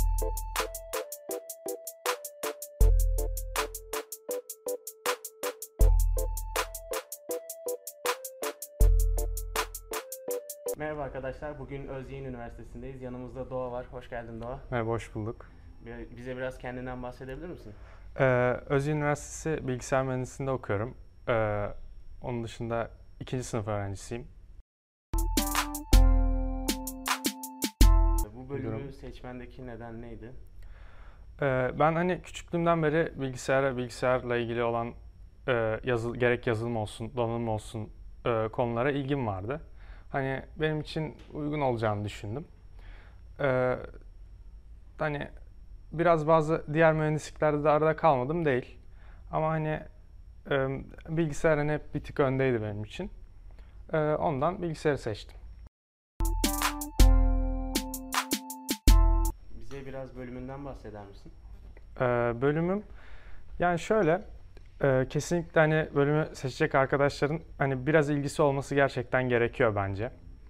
Merhaba arkadaşlar, bugün Özyeğin Üniversitesi'ndeyiz. Yanımızda Doğa var. Hoş geldin Doğa. Merhaba, hoş bulduk. Bize biraz kendinden bahsedebilir misin? Özyeğin Üniversitesi Bilgisayar Mühendisliği'nde okuyorum. Onun dışında 2. sınıf öğrencisiyim. Bu bölümü seçmendeki neden neydi? Ben hani küçüklüğümden beri bilgisayarla ilgili olan gerek yazılım olsun, donanım olsun konulara ilgim vardı. Hani benim için uygun olacağını düşündüm. Hani bazı diğer mühendisliklerde de arada kalmadım değil. Ama hani bilgisayar hani hep bir tık öndeydi benim için. Ondan bilgisayarı seçtim. Bize biraz bölümünden bahseder misin? Bölümüm yani şöyle kesinlikle hani bölümü seçecek arkadaşların hani biraz ilgisi olması gerçekten gerekiyor bence.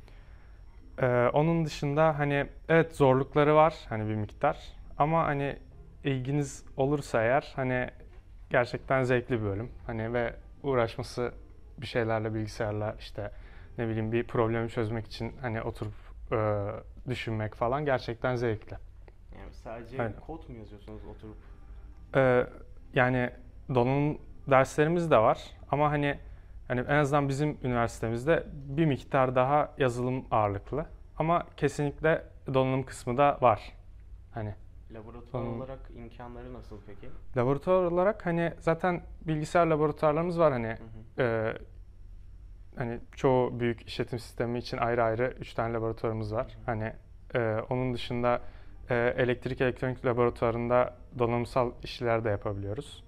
Onun dışında hani evet zorlukları var hani bir miktar ama hani ilginiz olursa eğer hani gerçekten zevkli bir bölüm. Hani ve uğraşması bir şeylerle bilgisayarla işte ne bileyim bir problemi çözmek için hani oturup düşünmek falan gerçekten zevkli. Yani sadece Aynen. kod mu yazıyorsunuz oturup? Yani donanım derslerimiz de var ama hani en azından bizim üniversitemizde bir miktar daha yazılım ağırlıklı ama kesinlikle donanım kısmı da var. Hani Laboratuvar olarak imkanları nasıl peki? laboratuvar olarak hani zaten bilgisayar laboratuvarlarımız var hani Hı hı. hani çoğu büyük işletim sistemi için ayrı ayrı 3 tane laboratuvarımız var. Hani onun dışında elektrik elektronik laboratuvarında donanımsal işler de yapabiliyoruz.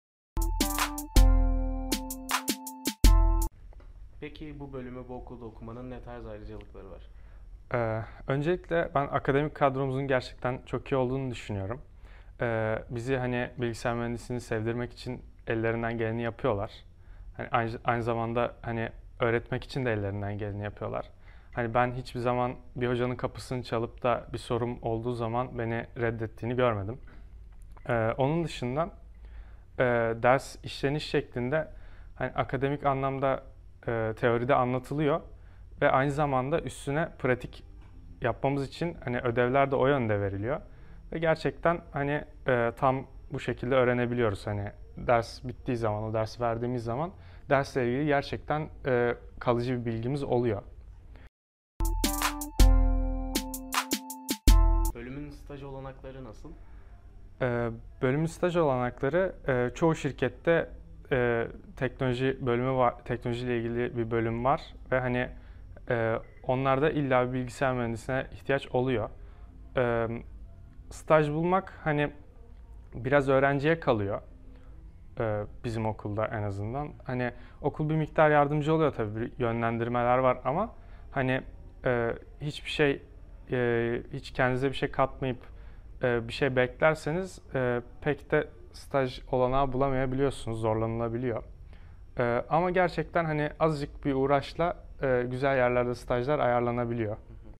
Peki bu bölümü bu okulda okumanın ne tarz ayrıcalıkları var? Öncelikle ben akademik kadromuzun gerçekten çok iyi olduğunu düşünüyorum. Bizi hani bilgisayar mühendisliğini sevdirmek için ellerinden geleni yapıyorlar. Hani aynı zamanda hani öğretmek için de ellerinden geleni yapıyorlar. Hani ben hiçbir zaman bir hocanın kapısını çalıp da bir sorum olduğu zaman beni reddettiğini görmedim. Onun dışında ders işleniş şeklinde hani akademik anlamda teoride anlatılıyor ve aynı zamanda üstüne pratik yapmamız için hani ödevler de o yönde veriliyor ve gerçekten hani tam bu şekilde öğrenebiliyoruz hani ders bittiği zaman o dersi verdiğimiz zaman dersle ilgili gerçekten kalıcı bir bilgimiz oluyor. Bölümün staj olanakları nasıl? Bölümün staj olanakları çoğu şirkette teknoloji bölümü var, teknolojiyle ilgili bir bölüm var ve hani onlarda illa bir bilgisayar mühendisine ihtiyaç oluyor. Staj bulmak hani biraz öğrenciye kalıyor bizim okulda en azından. Hani okul bir miktar yardımcı oluyor tabii yönlendirmeler var ama hani hiçbir şey hiç kendinize bir şey katmayıp bir şey beklerseniz pek de staj olanağı bulamayabiliyorsunuz, zorlanılabiliyor. Ama gerçekten hani azıcık bir uğraşla güzel yerlerde stajlar ayarlanabiliyor.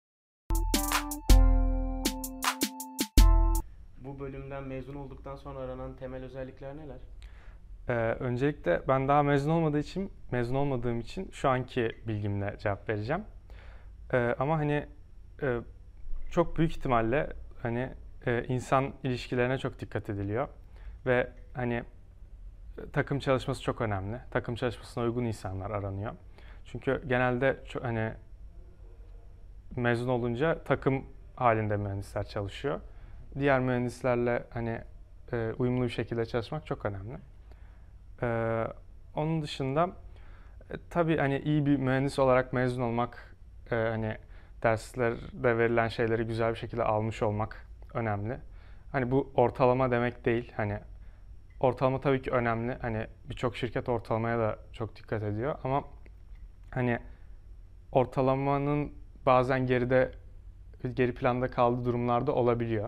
Bu bölümden mezun olduktan sonra aranan temel özellikler neler? Öncelikle ben daha mezun olmadığım için şu anki bilgimle cevap vereceğim. Ama hani e, çok büyük ihtimalle hani insan ilişkilerine çok dikkat ediliyor ve hani takım çalışması çok önemli. Takım çalışmasına uygun insanlar aranıyor. Çünkü genelde hani mezun olunca takım halinde mühendisler çalışıyor. Diğer mühendislerle hani uyumlu bir şekilde çalışmak çok önemli. Ee, Onun dışında tabii hani iyi bir mühendis olarak mezun olmak, hani derslerde verilen şeyleri güzel bir şekilde almış olmak önemli. Hani bu ortalama demek değil. Hani ortalama tabii ki önemli. Hani birçok şirket ortalamaya da çok dikkat ediyor ama hani ortalamanın bazen geri planda kaldığı durumlarda olabiliyor.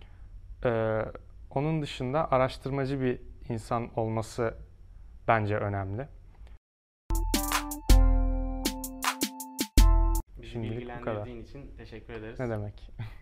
Onun dışında araştırmacı bir insan olması bence önemli. Bizi Şimdilik bu kadar. bilgilendirdiğin için teşekkür ederiz. Ne demek?